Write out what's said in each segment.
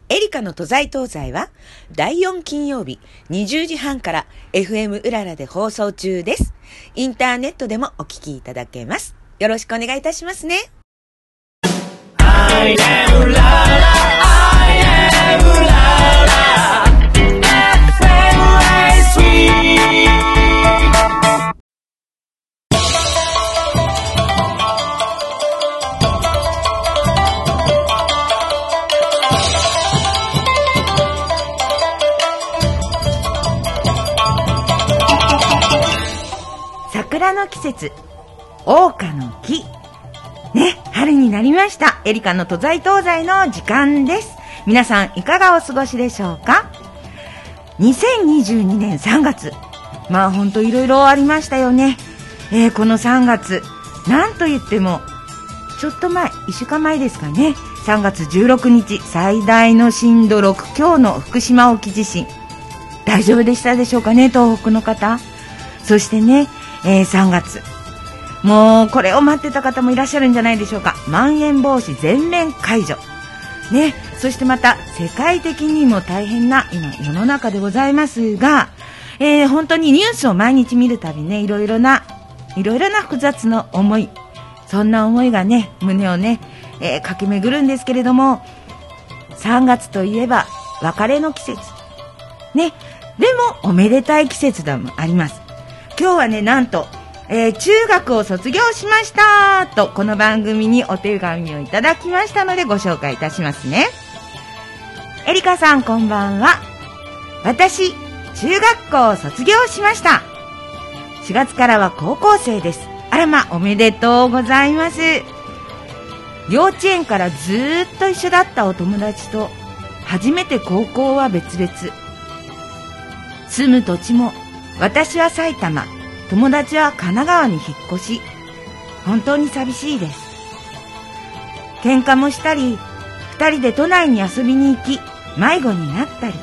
エリカの都在東西は第4金曜日20時半から FM うららで放送中です。インターネットでもお聞きいただけます。よろしくお願いいたしますね。I am うらら I am うらら FM 桜の季節、桜花の木ね、春になりました。エリカの都在東西の時間です。皆さんいかがお過ごしでしょうか。2022年3月、まあほんといろいろありましたよね。この3月、なんと言ってもちょっと前、1週間前ですかね、3月16日最大の震度6強の福島沖地震、大丈夫でしたでしょうかね、東北の方。そしてね、3月、もうこれを待ってた方もいらっしゃるんじゃないでしょうか。まん延防止全面解除ね。そしてまた世界的にも大変な今世の中でございますが、本当にニュースを毎日見るたびね、いろいろな複雑な思い、そんな思いがね、胸をね、駆け巡るんですけれども、3月といえば別れの季節ね。でもおめでたい季節でもあります。今日はね、なんと、中学を卒業しましたと、この番組にお手紙をいただきましたのでご紹介いたしますね。エリカさん、こんばんは。私、中学校を卒業しました。4月からは高校生です。あらま、おめでとうございます。幼稚園からずーっと一緒だったお友達と初めて高校は別々。住む土地も、私は埼玉、友達は神奈川に引っ越し、本当に寂しいです。喧嘩もしたり、二人で都内に遊びに行き、迷子になったり、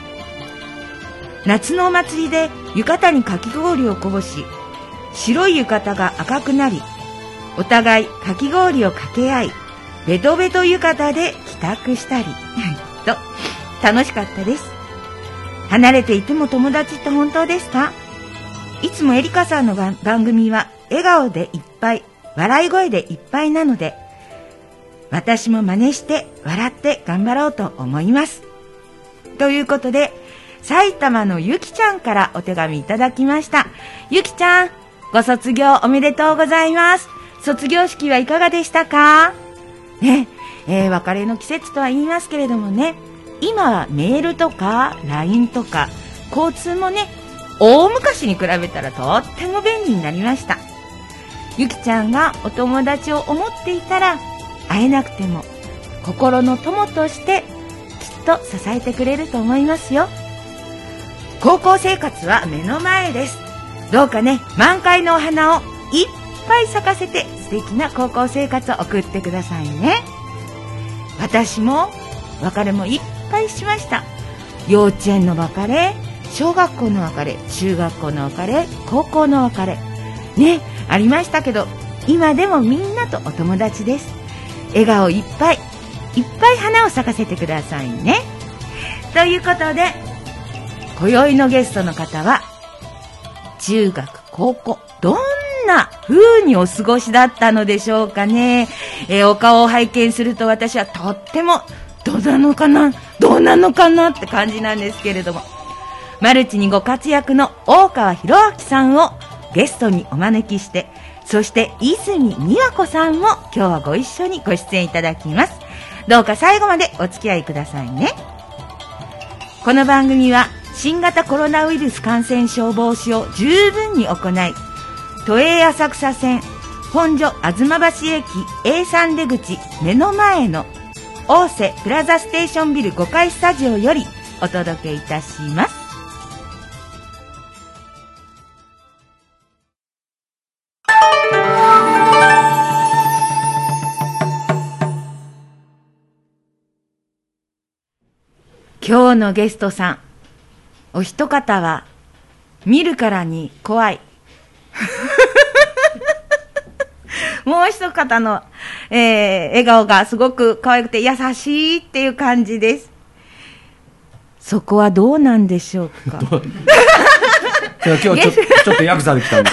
夏のお祭りで浴衣にかき氷をこぼし、白い浴衣が赤くなり、お互いかき氷をかけ合い、ベトベト浴衣で帰宅したりと楽しかったです。離れていても友達って本当ですか？いつもエリカさんの番組は笑顔でいっぱい、笑い声でいっぱいなので、私も真似して笑って頑張ろうと思います。ということで、埼玉のゆきちゃんからお手紙いただきました。ゆきちゃん、ご卒業おめでとうございます。卒業式はいかがでしたかね。別れの季節とは言いますけれどもね、今はメールとか LINE とか交通もね、大昔に比べたらとっても便利になりました。ゆきちゃんがお友達を思っていたら、会えなくても心の友としてきっと支えてくれると思いますよ。高校生活は目の前です。どうかね、満開のお花をいっぱい咲かせて素敵な高校生活を送ってくださいね。私も別れもいっぱいしました。幼稚園の別れ、小学校の別れ、中学校の別れ、高校の別れね、ありましたけど、今でもみんなとお友達です。笑顔いっぱいいっぱい花を咲かせてくださいね。ということで、今宵のゲストの方は中学高校どんな風にお過ごしだったのでしょうかね。お顔を拝見すると私はとってもどうなのかなって感じなんですけれども、マルチにご活躍の大川博明さんをゲストにお招きして、そして泉美和子さんも今日はご一緒にご出演いただきます。どうか最後までお付き合いくださいね。この番組は新型コロナウイルス感染症防止を十分に行い、都営浅草線本所吾妻橋駅 A3 出口目の前の大瀬プラザステーションビル5階スタジオよりお届けいたします。今日のゲストさん、お一方は見るからに怖いもう一方の、笑顔がすごく可愛くて優しいっていう感じです。 そこはどうなんでしょうか。 今日ちょっとヤクザで来たんで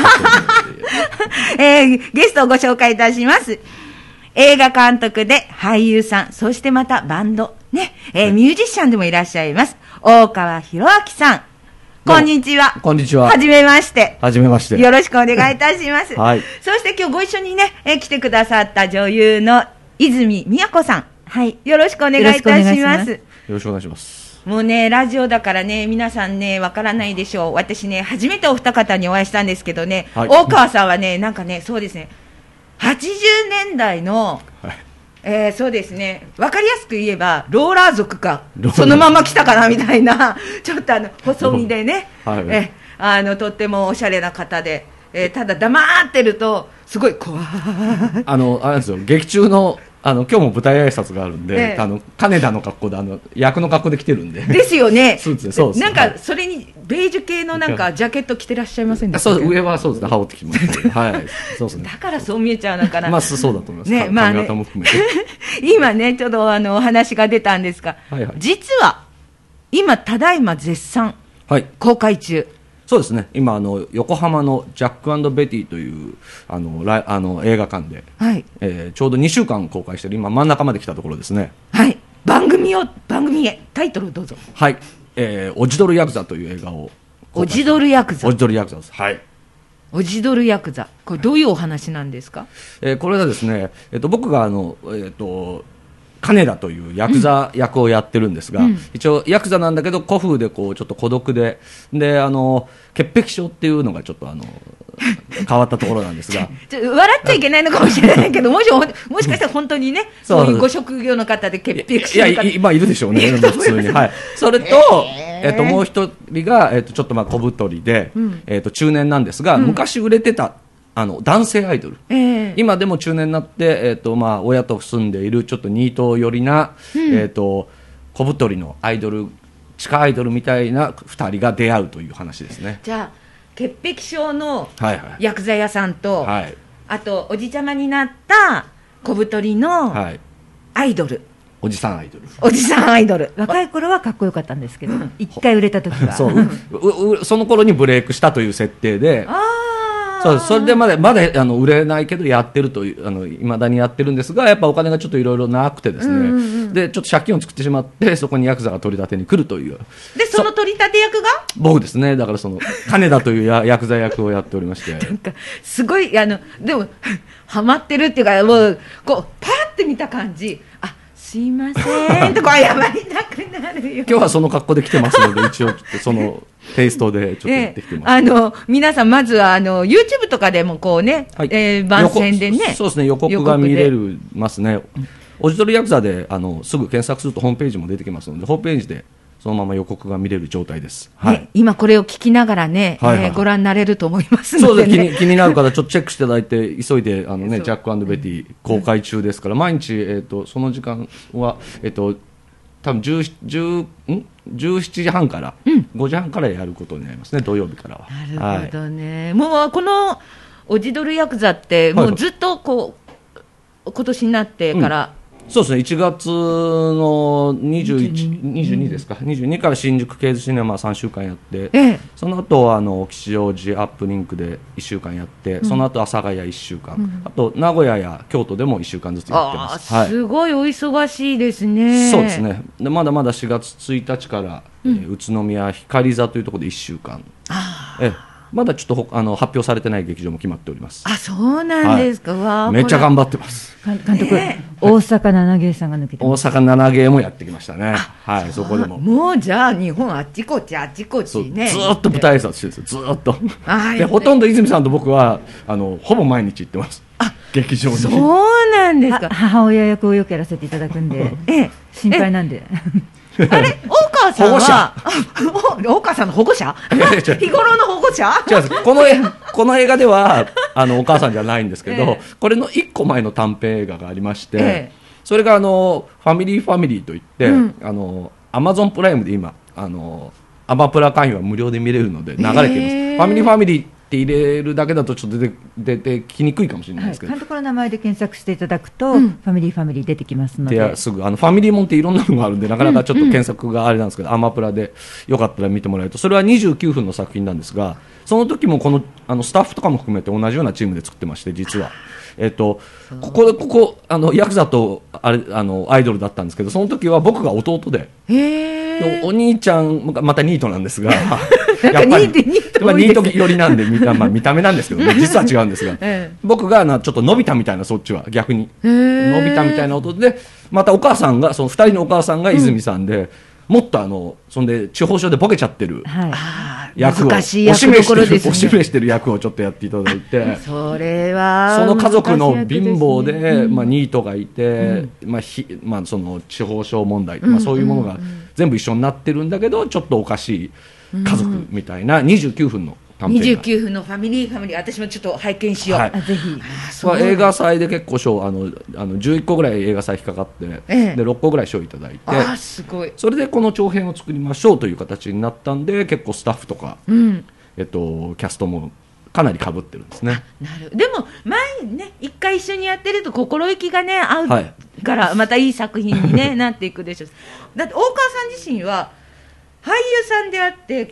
ゲストをご紹介いたします。映画監督で俳優さん、そしてまたバンド、ね、ミュージシャンでもいらっしゃいます。大川博明さん。こんにちは。 こんにちは。 はじめまして。 はじめまして。 よろしくお願いいたします。 はい。 そして今日ご一緒にね、来てくださった女優の泉美也子さん。はい。よろしくお願いいたします。 よろしくお願いします。 もうね、ラジオだからね、皆さんね、わからないでしょう。私ね、初めてお二方にお会いしたんですけどね、はい、大川さんはね、なんかね、そうですね、80年代の、はい、そうですね、わかりやすく言えば、ローラー族か、そのまま来たかなみたいな、ちょっと細身でね、はい、とってもおしゃれな方で、ただ黙ってると、すごい怖い。 あれですよ、劇中の、今日も舞台挨拶があるんで、金田の格好で、役の格好で来てるんで。 ですよね。 そうですね、そうです。 なんか、それに、ベージュ系のなんか、ジャケット着てらっしゃいませんでしたそう、上はそうですね、羽織ってきます。はい。そうですね。 だからそう見えちゃうのかな。 まあ、そうだと思います。 ね、まあ、ね、今ね、ちょっとお話が出たんですが、はいはい、実は、今、ただいま絶賛、公開中。 そうですね、今横浜のジャック&ベティという映画館で、はいちょうど2週間公開している今真ん中まで来たところですね。 はい、番組へタイトルどうぞ。 はい、オジドルヤクザという映画を。 オジドルヤクザ。 オジドルヤクザです。はい。 オジドルヤクザ、これどういうお話なんですか。 これはですね、僕が金田というヤクザ役をやってるんですが、一応ヤクザなんだけど古風でこうちょっと孤独で潔癖症っていうのがちょっと変わったところなんですが笑っちゃいけないのかもしれないけどもしかしたら本当にねそういうご職業の方で潔癖症の方今いるでしょうね普通に、はい、それと、もう一人が、ちょっと小太りで、中年なんですが、昔売れてた男性アイドル、今でも中年になって、親と住んでいるちょっとニート寄りな、小太りのアイドル地下アイドルみたいな2人が出会うという話ですね。 じゃあ潔癖症の薬剤屋さんと、はいはい、あとおじちゃまになった小太りのアイドル、はい、 おじさんアイドル。 おじさんアイドル。 若い頃はかっこよかったんですけど、一回売れた時はその頃にブレイクしたという設定で。それでまだ売れないけどやってるという未だにやってるんですが、やっぱお金がちょっといろいろなくてですね、でちょっと借金を作ってしまってそこにヤクザが取り立てに来るという。 でその取り立て役が僕ですね。だからその金田というヤクザ役をやっておりましてなんかすごいでもハマってるっていうか、もうこうパーって見た感じ、あすいませんとか謝りたくなるよ。 今日はその格好で来てますので一応そのテイストでちょっと行ってきてます、 皆さんまずはYouTube とかでもこうね、はい番宣でね、 そうですね、予告が見れますね。オジドルヤクザですぐ検索するとホームページも出てきますので、ホームページでそのまま予告が見れる状態です、はいね、今これを聞きながらね、ご覧になれると思いますので、ね、 そうです。気になる方ちょっとチェックしていただいて急いでジャック&ベティ公開中ですから、毎日、その時間は、多分17時半から、5時半からやることになりますね、土曜日からは。 なるほどね、はい、もうこのオジドルヤクザってもうずっとこう、今年になってから、 そうですね、1月の22ですか、22から新宿ケーズシネマ3週間やって、その後吉祥寺アップリンクで1週間やって、その後阿佐ヶ谷1週間、あと名古屋や京都でも1週間ずつやってます。 すごいお忙しいですね。 そうですね。でまだまだ4月1日から、宇都宮光座というところで1週間、まだちょっと発表されてない劇場も決まっております。 あ、そうなんですか。わめっちゃ頑張ってます。 監督、大阪七芸さんが抜けてます。 大阪七芸もやってきましたね。はい、そこでも。 もうじゃあ日本あっちこっちね。 ずっと舞台挨拶してるんですよ。ずっと。でほとんど泉さんと僕はほぼ毎日行ってます。劇場に。 そうなんですか。 母親役をよくやらせていただくんで、心配なんで。 あれ、大川さんは大川さんの保護者日頃の保護者違う、この映画ではお母さんじゃないんですけど、これの1個前の短編映画がありまして、それがファミリーといって、アマゾンプライムで今アマプラ会員は無料で見れるので流れています。ファミリーって入れるだけだとちょっと出てきにくいかもしれないですけど、 監督の名前で検索していただくと、ファミリー出てきますので、 すぐファミリーもんっていろんなのがあるんでなかなかちょっと検索があれなんですけど、アマプラでよかったら見てもらえると、それは29分の作品なんですが、その時もこのスタッフとかも含めて同じようなチームで作ってまして、実は。ここヤクザとアイドルだったんですけど、その時は僕が弟で、お兄ちゃんまたニートなんですがやっぱりニート寄りなんで見た目なんですけどね、実は違うんですが、僕がちょっとのび太みたいな、そっちは逆にのび太みたいな弟で、またお母さんがその2人のお母さんが泉さんで、もっとそんで地方症でボケちゃってる役を、 難しい役どころですね、 おしめしてる役をちょっとやっていただいてそれはその家族の貧乏で、ニートがいて、その地方症問題、そういうものが全部一緒になってるんだけど、ちょっとおかしい家族みたいな29分の短編が、 29分のファミリー、私もちょっと拝見しよう、ぜひ。 映画祭で結構賞11個ぐらい映画祭引っかかって、で6個ぐらい賞いただいて、 すごい。 それでこの長編を作りましょうという形になったんで、結構スタッフとか、キャストもかなり被ってるんですね。 でも前ね、一回一緒にやってると心意気がね合うから、またいい作品に、ねなっていくでしょう。だって大川さん自身は俳優さんであって、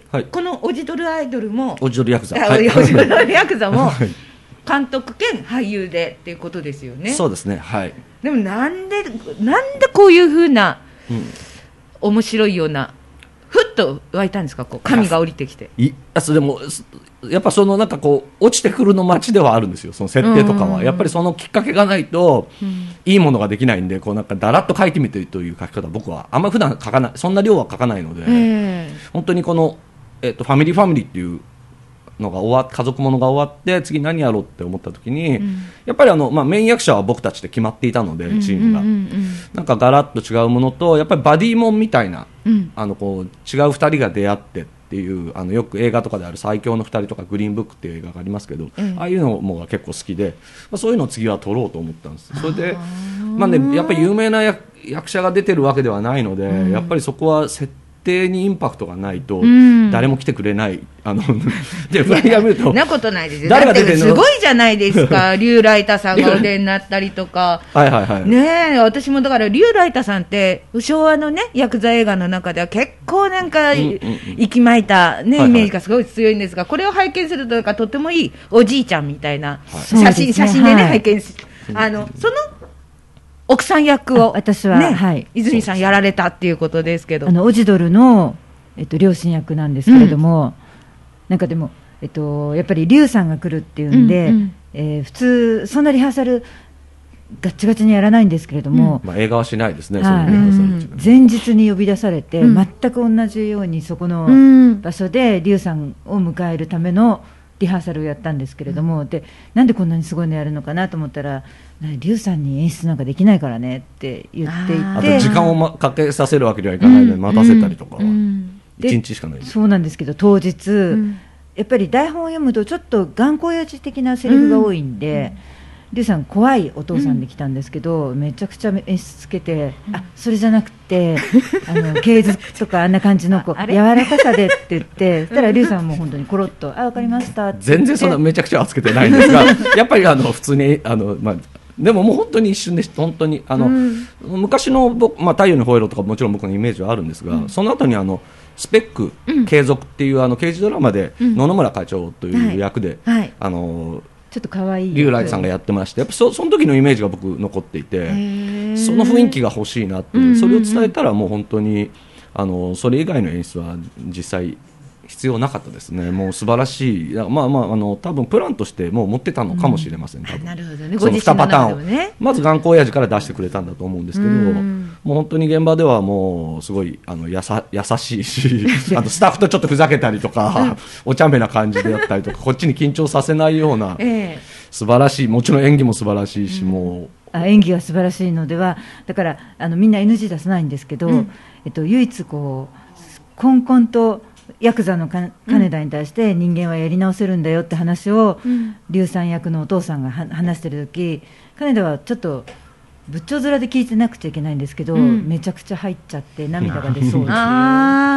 このオジドルアイドルもオジドルヤクザ、 オジドルヤクザも監督兼俳優でっていうことですよね。 そうですね、はい。 でもなんでこういう風な、面白いようなふっと湧いたんですか、こう神が降りてきて。 それもやっぱなんかこう落ちてくるの街ではあるんですよ、その設定とかは。やっぱりそのきっかけがないと、いいものができないんで、こうなんかだらっと書いてみてという書き方、僕はあんまり普段書かない、そんな量は書かないので、本当にこの、ファミリーっていうのが家族ものが終わって次何やろうって思った時に、やっぱりメイン役者は僕たちで決まっていたので、チームがなんかガラッと違うものと、やっぱりバディモンみたいな、こう違う2人が出会ってっていう、よく映画とかである最強の2人とかグリーンブックっていう映画がありますけど、ああいうのも結構好きで、そういうのを次は撮ろうと思ったんです。それでやっぱり有名な役者が出てるわけではないので、やっぱりそこは設定にインパクトがないと誰も来てくれない。でフライヤー見るとそんなことないですよ。誰が出てるの？すごいじゃないですか。リュウライタさんがお出になったりとかねえ、私もだからリュウライタさんって昭和のねヤクザ映画の中では結構なんか息巻いたねイメージがすごい強いんですが、これを拝見するととてもいいおじいちゃんみたいな写真でね拝見する、その奥さん役を私は、 泉さんやられたっていうことですけど、 オジドルの、両親役なんですけれども、なんかでも、やっぱりリュウさんが来るっていうんで、普通そんなリハーサルガッチガチにやらないんですけれども、 映画はしないですね、 前日に呼び出されて、全く同じようにそこの場所でリュウさんを迎えるためのリハーサルをやったんですけれども、でなんでこんなにすごいのやるのかなと思ったら、リュウさんに演出なんかできないからねって言っていて、 あと時間をかけさせるわけにはいかないので、待たせたりとかは1日しかないです。 そうなんですけど、当日、やっぱり台本を読むとちょっと頑固親父的なセリフが多いんで、リュウさん怖いお父さんで来たんですけど、めちゃくちゃ演出つけて、それじゃなくて継続とかあんな感じのこう柔らかさでって言って、そしたらリュウさんも本当にコロッと分かりましたって全然そんなめちゃくちゃはつけてないんですがやっぱり普通にでももう本当に一瞬でした。本当に昔の太陽に吠えろとかもちろん僕のイメージはあるんですが、その後にスペック継続っていう刑事ドラマで野々村課長という役でちょっと可愛いリュウライさんがやってまして、やっぱその時のイメージが僕残っていて、その雰囲気が欲しいなって、それを伝えたらもう本当にそれ以外の演出は実際必要なかったですね。もう素晴らしい、多分プランとしてもう持ってたのかもしれません。多分なるほどね、 その2パターンをまず頑固親父から出してくれたんだと思うんですけど、もう本当に現場ではもうすごい優しいしスタッフとちょっとふざけたりとかお茶目な感じでやったりとか、こっちに緊張させないような素晴らしい、もちろん演技も素晴らしいし、もう演技が素晴らしいのでは、だからみんな NG 出さないんですけど、唯一こうこんこんとヤクザの金田に対して人間はやり直せるんだよって話を、リュウさん役のお父さんが話してる時、金田はちょっと仏頂面で聞いてなくちゃいけないんですけど、めちゃくちゃ入っちゃって涙が出そうっていう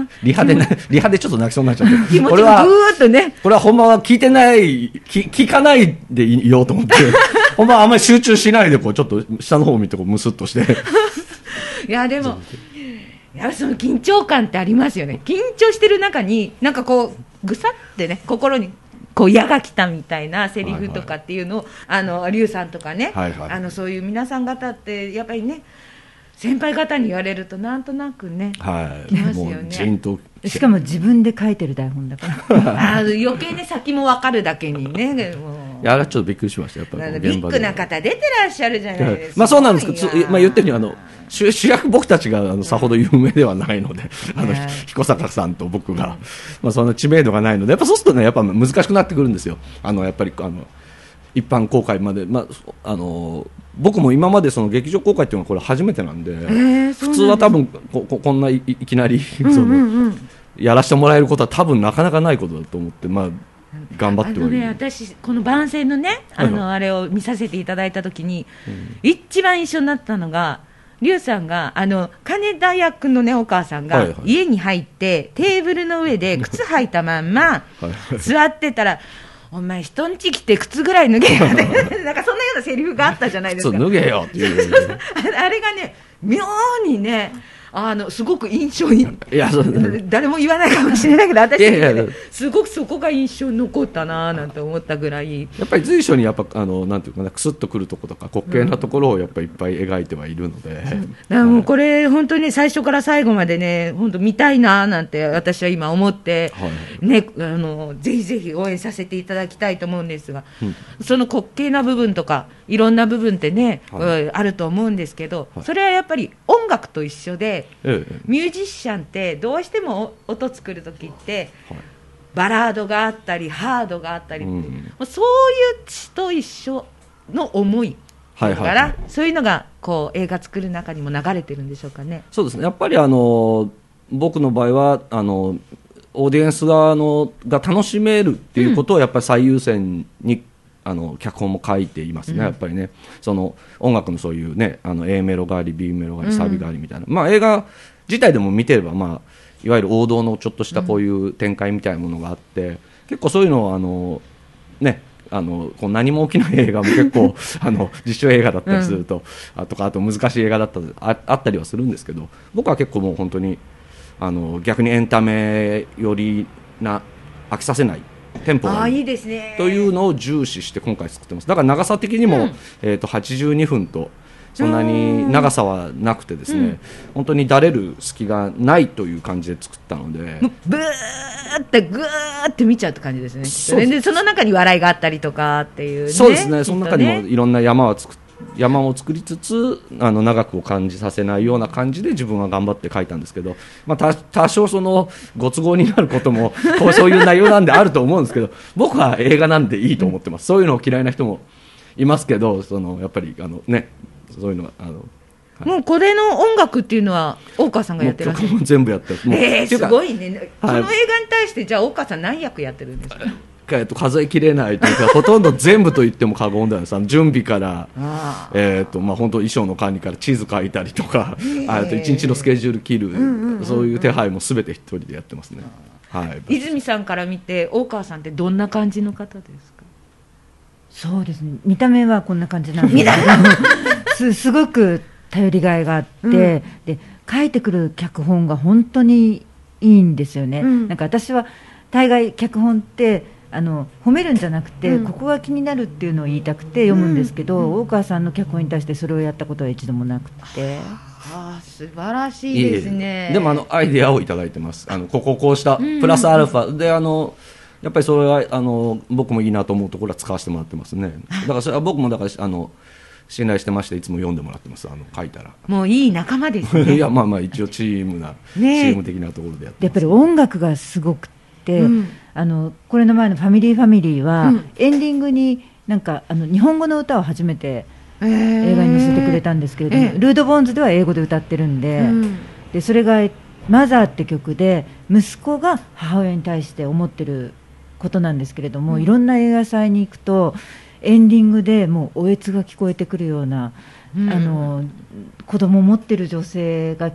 リハでちょっと泣きそうになっちゃって気持ちがぐーっとね、 これはほんまは聞いてない聞かないでいようと思ってほんまはあんまり集中しないでこうちょっと下の方を見てこうムスッとしていやでもその緊張感ってありますよね。緊張してる中になんかこうぐさってね、心にこう矢が来たみたいなセリフとかっていうのを、龍さんとかね、そういう皆さん方ってやっぱりね、先輩方に言われるとなんとなくね、来ますよね。 ジンとしかも自分で書いてる台本だから余計ね先も分かるだけにね、 いやちょっとびっくりしました。やっぱりビッグな方出てらっしゃるじゃないですか。 まあそうなんですけど、言ってるように主役僕たちがさほど有名ではないので、彦坂さんと僕が、その知名度がないので、やっぱそうするとね、やっぱ難しくなってくるんですよ。やっぱり一般公開まで、僕も今までその劇場公開っていうのはこれ初めてなんで、普通は多分こんないきなりやらせてもらえることは多分なかなかないことだと思って、頑張ってはいる。 私この番宣のね、あれを見させていただいたときに、一番一緒になったのが、龍さんが金田役のねお母さんが家に入ってテーブルの上で靴履いたまんま座ってたらお前人んち来て靴ぐらい脱げよってなんかそんなようなセリフがあったじゃないですか。 脱げよっていうあれがね妙にねすごく印象に、誰も言わないかもしれないけど、私すごくそこが印象に残ったななんて思ったぐらい、 やっぱり随所にやっぱなんていうかな、クスッとくるところとか滑稽なところをやっぱりいっぱい描いてはいるので、 もうこれ本当に最初から最後までね、本当見たいななんて私は今思って、ね、ぜひぜひ応援させていただきたいと思うんですが、その滑稽な部分とかいろんな部分ってね、あると思うんですけど、それはやっぱり音楽と一緒で、ミュージシャンってどうしても音作るときって、バラードがあったりハードがあったり、そういう血と一緒の思いだから、そういうのがこう映画作る中にも流れてるんでしょうかね。 そうですね、やっぱり僕の場合はオーディエンス側が楽しめるっていうことをやっぱり最優先に脚本も書いていますね、やっぱりね、その音楽のそういうね、A メロがあり B メロがありサビがありみたいな、映画自体でも見てれば、いわゆる王道のちょっとしたこういう展開みたいなものがあって、結構そういうのをね、こう何も起きない映画も結構実写映画だったりすると、あと難しい映画だったり あったりはするんですけど、僕は結構もう本当に逆にエンタメよりな飽きさせないテンポがいいというのを重視して今回作ってます。だから長さ的にも、82分とそんなに長さはなくてですね、本当にだれる隙がないという感じで作ったので、 ブーってグーって見ちゃうって感じですね。でその中に笑いがあったりとかっていうね。 そうですね、その中にもいろんな山を作りつつ長くを感じさせないような感じで自分は頑張って書いたんですけど、多少そのご都合になることもそういう内容なんであると思うんですけど、僕は映画なんでいいと思ってます。そういうのを嫌いな人もいますけど、やっぱりね、そういうのはもうこれの音楽っていうのは大川さんがやってらっしゃる。 曲も全部やってる。 すごいね、その映画に対してじゃあ大川さん何役やってるんですか？ 数えきれないというかほとんど全部と言っても過言ではないです。準備から本当衣装の管理から地図書いたりとか、一日のスケジュール切る、そういう手配も全て一人でやってますね。 泉さんから見て大川さんってどんな感じの方ですか？ そうですね、見た目はこんな感じなんですけどすごく頼りがいがあって、で書いてくる脚本が本当にいいんですよね。なんか私は大概脚本って褒めるんじゃなくて、ここが気になるっていうのを言いたくて読むんですけど、大川さんの脚本に対してそれをやったことは一度もなくて、 素晴らしいですね。 でもアイデアをいただいてます。こうしたプラスアルファでやっぱりそれは僕もいいなと思うところは使わせてもらってますね。だからそれは僕もだから信頼してましていつも読んでもらってます。書いたらもういい仲間ですね。 いや一応チーム的なところでやってます。 やっぱり音楽がすごくて、これの前のファミリーは、エンディングになんか日本語の歌を初めて映画に載せてくれたんですけれども、ルード・ボーンズでは英語で歌ってるんで、でそれがマザーって曲で息子が母親に対して思ってることなんですけれども、いろんな映画祭に行くとエンディングでもうおえつが聞こえてくるような、子供を持ってる女性が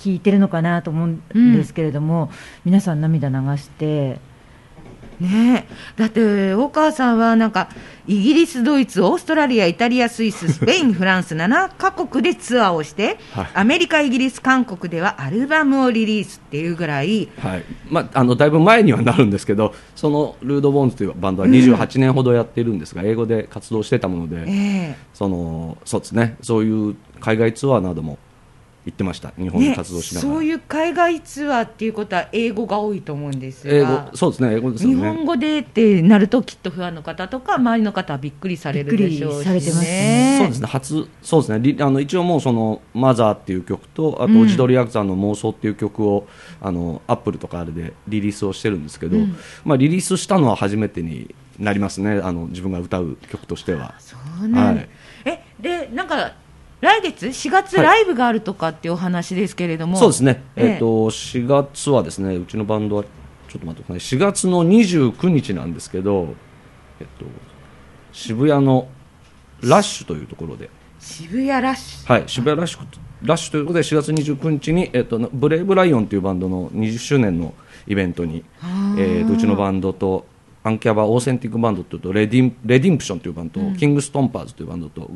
聞いてるのかなと思うんですけれども、皆さん涙流してねえ、だって大川さんはなんかイギリス、ドイツ、オーストラリア、イタリア、スイス、スペイン、フランス7カ国でツアーをして、はい、アメリカ、イギリス、韓国ではアルバムをリリースっていうぐらい、 はい、だいぶ前にはなるんですけど、そのルード・ボーンズというバンドは28年ほどやっているんですが、英語で活動してたもので、そうですね、そういう海外ツアーなども行ってました。日本で活動しながら、 そういう海外ツアーっていうことは英語が多いと思うんですが、 英語、そうですね、英語ですよね。 日本語でってなるときっとファンの方とか周りの方はびっくりされるでしょうし、ね、 されてますね。 そうですね、そうですね、一応もうそのマザーっていう曲と、あとオジドリヤクザの妄想っていう曲を、アップルとかあれでリリースをしてるんですけど、リリースしたのは初めてになりますね、自分が歌う曲としては。 そうなん、はい、でなんか来月4月ライブがあるとかっていうお話ですけれども、 そうですね、4月はですね、うちのバンドはちょっと待ってください、4月の29日なんですけど、渋谷のラッシュというところで、 渋谷ラッシュ、 はい、渋谷ラッシュということで4月29日に、ブレイブライオンというバンドの20周年のイベントに、うちのバンドとアンキャバオーセンティックバンドというとレディンプションというバンドと、キングストンパーズというバンドと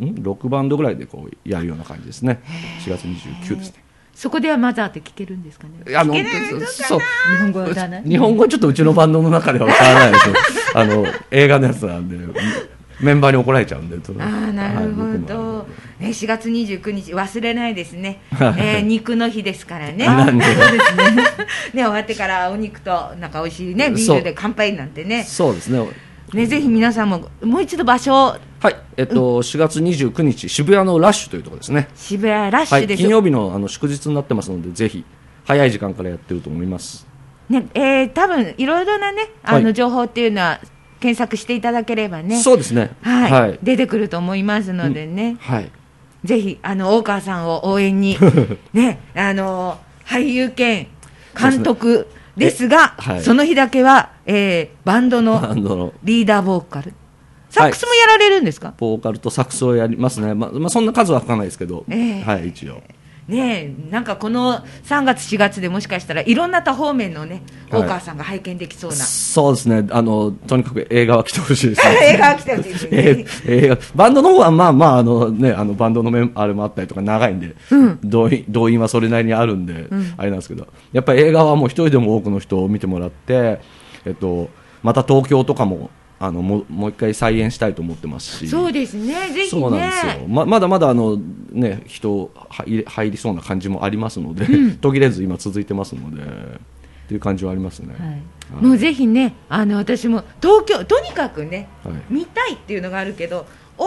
6バンドぐらいでこうやるような感じですね。4月29ですね。 そこではマザーって聞けるんですかね。 聞けないのかな。 そう、 日本語はない。 日本語はちょっとうちのバンドの中ではわからないです映画のやつなんでメンバーに怒られちゃうんで。 なるほど、4月29日忘れないですね、肉の日ですからね。そうですね。終わってからお肉となんか美味しいねビールで乾杯なんてね。 そうですね。 ぜひ皆さんももう一度場所を。 はい、4月29日渋谷のラッシュというところですね。 渋谷ラッシュです。 金曜日の祝日になってますので、ぜひ早い時間からやってると思いますね。多分いろいろなね情報っていうのは検索していただければね。 そうですね、 はい、出てくると思いますのでね、 はい、 ぜひ大川さんを応援にね、俳優兼監督ですが、その日だけは、バンドのリーダーボーカル、サックスもやられるんですか？ ボーカルとサックスをやりますね。そんな数は吹かないですけど、はい、一応ね、なんかこの3月4月でもしかしたらいろんな多方面のね、大川さんが拝見できそうな、 そうですね、とにかく映画は来てほしいですね映画は来てほしいですね映画、バンドの方はバンドのあれもあったりとか長いんで、動員はそれなりにあるんで、あれなんですけど、やっぱり映画はもう一人でも多くの人を見てもらって、また東京とかももう一回再演したいと思ってますし。そうですね、ぜひね。そうなんですよ。まだまだ人入りそうな感じもありますので、途切れず今続いてますのでっていう感じはありますね。 はい、もうぜひね、私も東京とにかくね、見たいっていうのがあるけど、大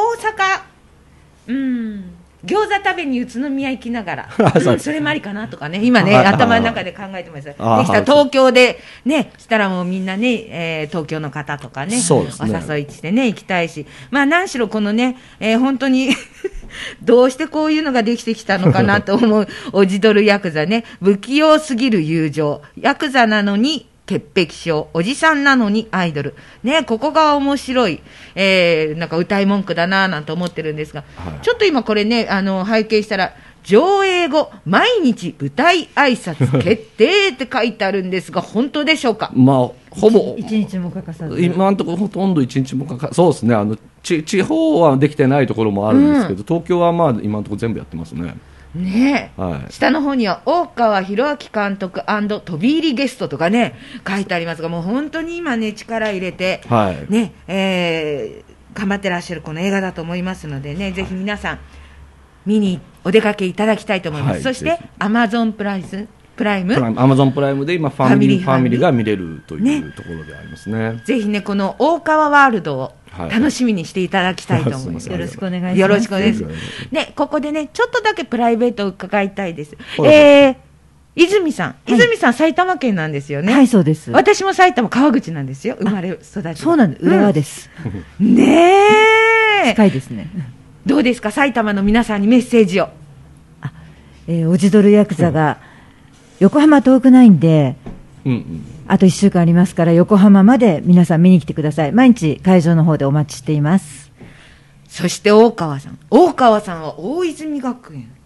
阪餃子食べに宇都宮行きながら、それもありかなとかね、今ね、頭の中で考えてます。でした東京でね、したらもうみんなね、東京の方とかね、お誘いしてね、行きたいし、何しろこのね、本当にどうしてこういうのができてきたのかなと思う、オジドルヤクザね、不器用すぎる友情、ヤクザなのに、潔癖症、おじさんなのにアイドル、ね、ここが面白い、なんか歌い文句だななんて思ってるんですが、ちょっと今これね、拝見したら上映後毎日舞台挨拶決定って書いてあるんですが本当でしょうか？ ほぼ 1日も欠かさず、 今のところほとんど1日も欠かさず、そうですね、地方はできてないところもあるんですけど、東京は今のところ全部やってますね。 ねえ、下の方には大川博明監督&飛び入りゲストとかね書いてありますが、もう本当に今ね力入れて、ね頑張ってらっしゃるこの映画だと思いますのでね、ぜひ皆さん見にお出かけいただきたいと思います。そしてアマゾンプライムで今ファミリーが見れるというところでありますね。 ぜひねこの大川ワールドを楽しみにしていただきたいと思います。 よろしくお願いします。 よろしくお願いします。ね、ここでねちょっとだけプライベートを伺いたいです。泉さん、埼玉県なんですよね。 はい、そうです。 私も埼玉川口なんですよ。生まれ育ち。 そうなんです。浦和です。 ねえ。 近いですね。 どうですか、埼玉の皆さんにメッセージを。 オジドルヤクザが横浜遠くないんで、あと1週間ありますから横浜まで皆さん見に来てください。毎日会場の方でお待ちしています。 そして大川さんは大泉学園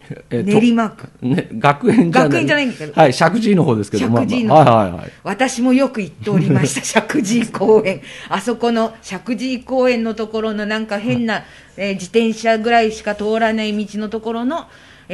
練馬区、 ね、学園じゃないんですけど、はい、石神井の方ですけど、 石神井の方、はいはいはい、私もよく行っておりました石神井公園、あそこの石神井公園のところのなんか変な、自転車ぐらいしか通らない道のところの、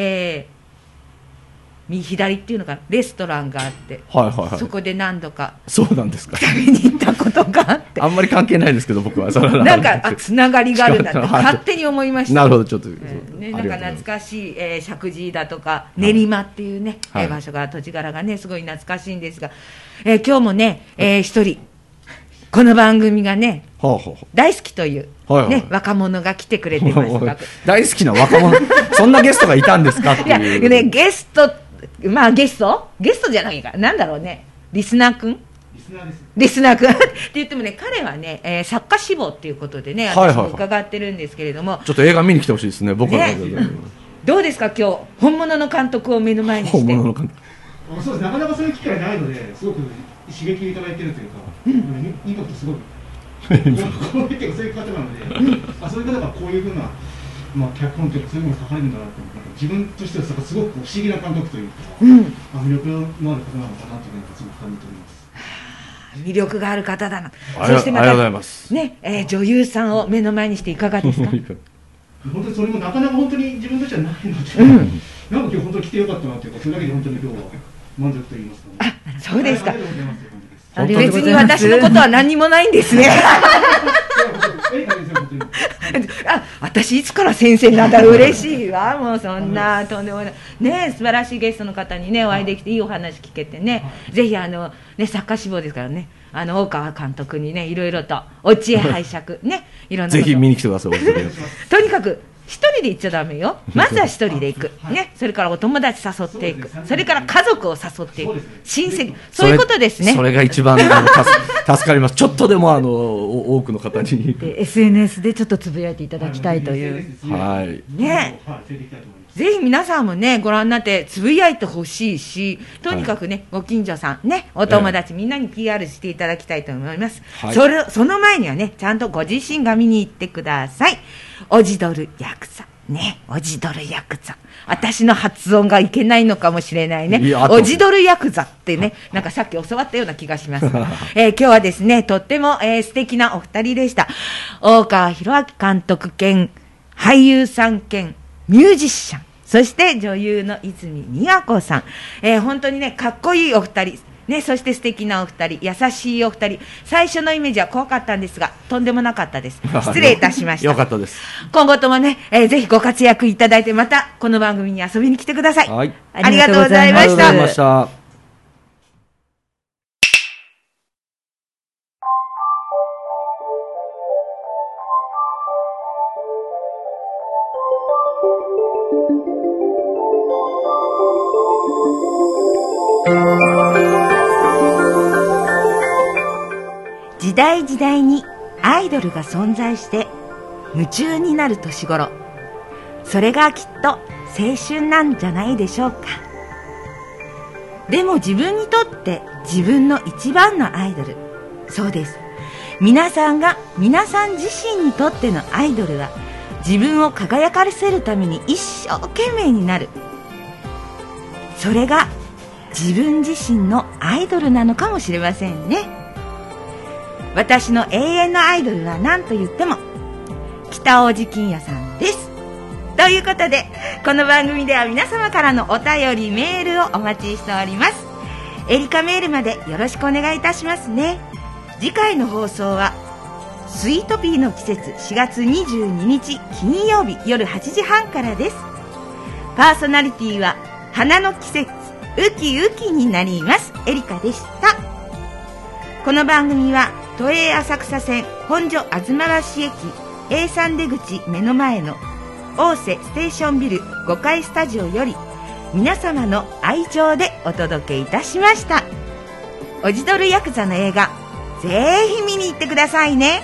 右左っていうのかレストランがあって、はいはいはい、そこで何度かそうなんですか食べに行ったことがあってあんまり関係ないですけど僕はなんかつながりがあるんだって勝手に思いました。 なるほどちょっと、 ね、なんか懐かしい、石神井だとか練馬っていうね、はい、場所が土地柄がねすごい懐かしいんですが、今日もね、一人この番組がね、大好きという、はいはいね、若者が来てくれてます大好きな若者そんなゲストがいたんですかっていう。 いや、ね、ゲストじゃないか、なんだろうね、リスナー君って言ってもね、彼はね、作家志望っていうことでね、私も伺ってるんですけれども、 ちょっと映画見に来てほしいですね、僕は、ね、 どうですか、今日本物の監督を目の前にして。 本物の監督、そうです、なかなかそういう機会ないので、すごく刺激をいただいているというか、インパクトすごくこういうそういう方なので、そういう方がこういうふうな、脚本というかそういうものが書かれるんだなと、自分としてはすごく不思議な監督というか、魅力のある方なのかなというのがすごく感じております。 魅力がある方だな。 そしてまたね、女優さんを目の前にしていかがですか。 本当にそれもなかなか本当に自分としてはないので、なんか今日本当に来てよかったなというか、それだけで本当に今日は満足と言いますか、ね。 そうですか。別に私のことは何もないんですね。私いつから先生なんだろう、嬉しいわ。もうそんなとんでもないね、素晴らしいゲストの方にねお会いできていいお話聞けてね、ぜひね、作家志望ですからね、大川監督にねいろいろとお知恵拝借ね、いろんなぜひ見に来てください。 とにかく一人で行っちゃダメよ。まずは一人で行く、ね、それからお友達誘っていく、それから家族を誘っていく、親戚、そういうことですね。 それが一番助かります。ちょっとでも多くの方に SNS でちょっとつぶやいていただきたいという、 はいね、ぜひ皆さんもねご覧になってつぶやいてほしいし、とにかくね、ご近所さんね、お友達、みんなに PR していただきたいと思います、はい、その前にはね、ちゃんとご自身が見に行ってください。おじどるヤクザね、おじどるヤクザ、私の発音がいけないのかもしれないね。おじどるヤクザってね、なんかさっき教わったような気がします。今日はですね、とっても、素敵なお二人でした。大川博明監督兼俳優さん兼ミュージシャン、そして女優の泉美和子さん、本当にねかっこいいお二人ね、そして素敵なお二人、優しいお二人。最初のイメージは怖かったんですが、とんでもなかったです。失礼いたしました。 よかったです。 今後ともね、ぜひご活躍いただいて、またこの番組に遊びに来てください。 はい、 ありがとうございました。 ありがとうございました。 時代時代にアイドルが存在して夢中になる年頃、それがきっと青春なんじゃないでしょうか。でも自分にとって自分の一番のアイドル、そうです、皆さん自身にとってのアイドルは自分を輝かせるために一生懸命になる、それが自分自身のアイドルなのかもしれませんね。私の永遠のアイドルは何と言っても北大路欣也さんです。ということで、この番組では皆様からのお便りメールをお待ちしております。エリカメールまでよろしくお願いいたしますね。次回の放送はスイートピーの季節、4月22日金曜日夜8時半からです。パーソナリティは花の季節ウキウキになります。エリカでした。この番組は都営浅草線本所吾妻橋駅 A3 出口目の前の大瀬ステーションビル5階スタジオより皆様の愛情でお届けいたしました。おじどるヤクザの映画、ぜひ見に行ってくださいね。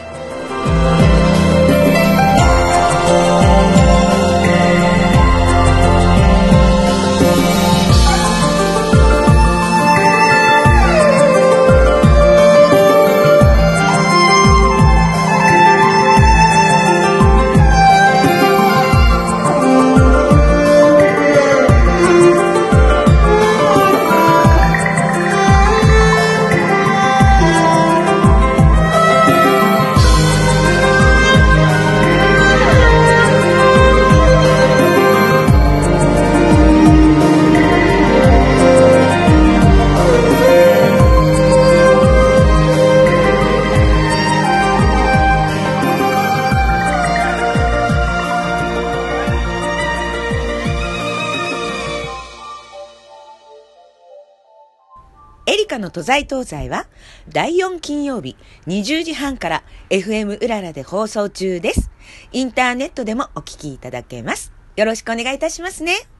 らの都在東西は第4金曜日20時半から FM うららで放送中です。インターネットでもお聞きいただけます。よろしくお願いいたしますね。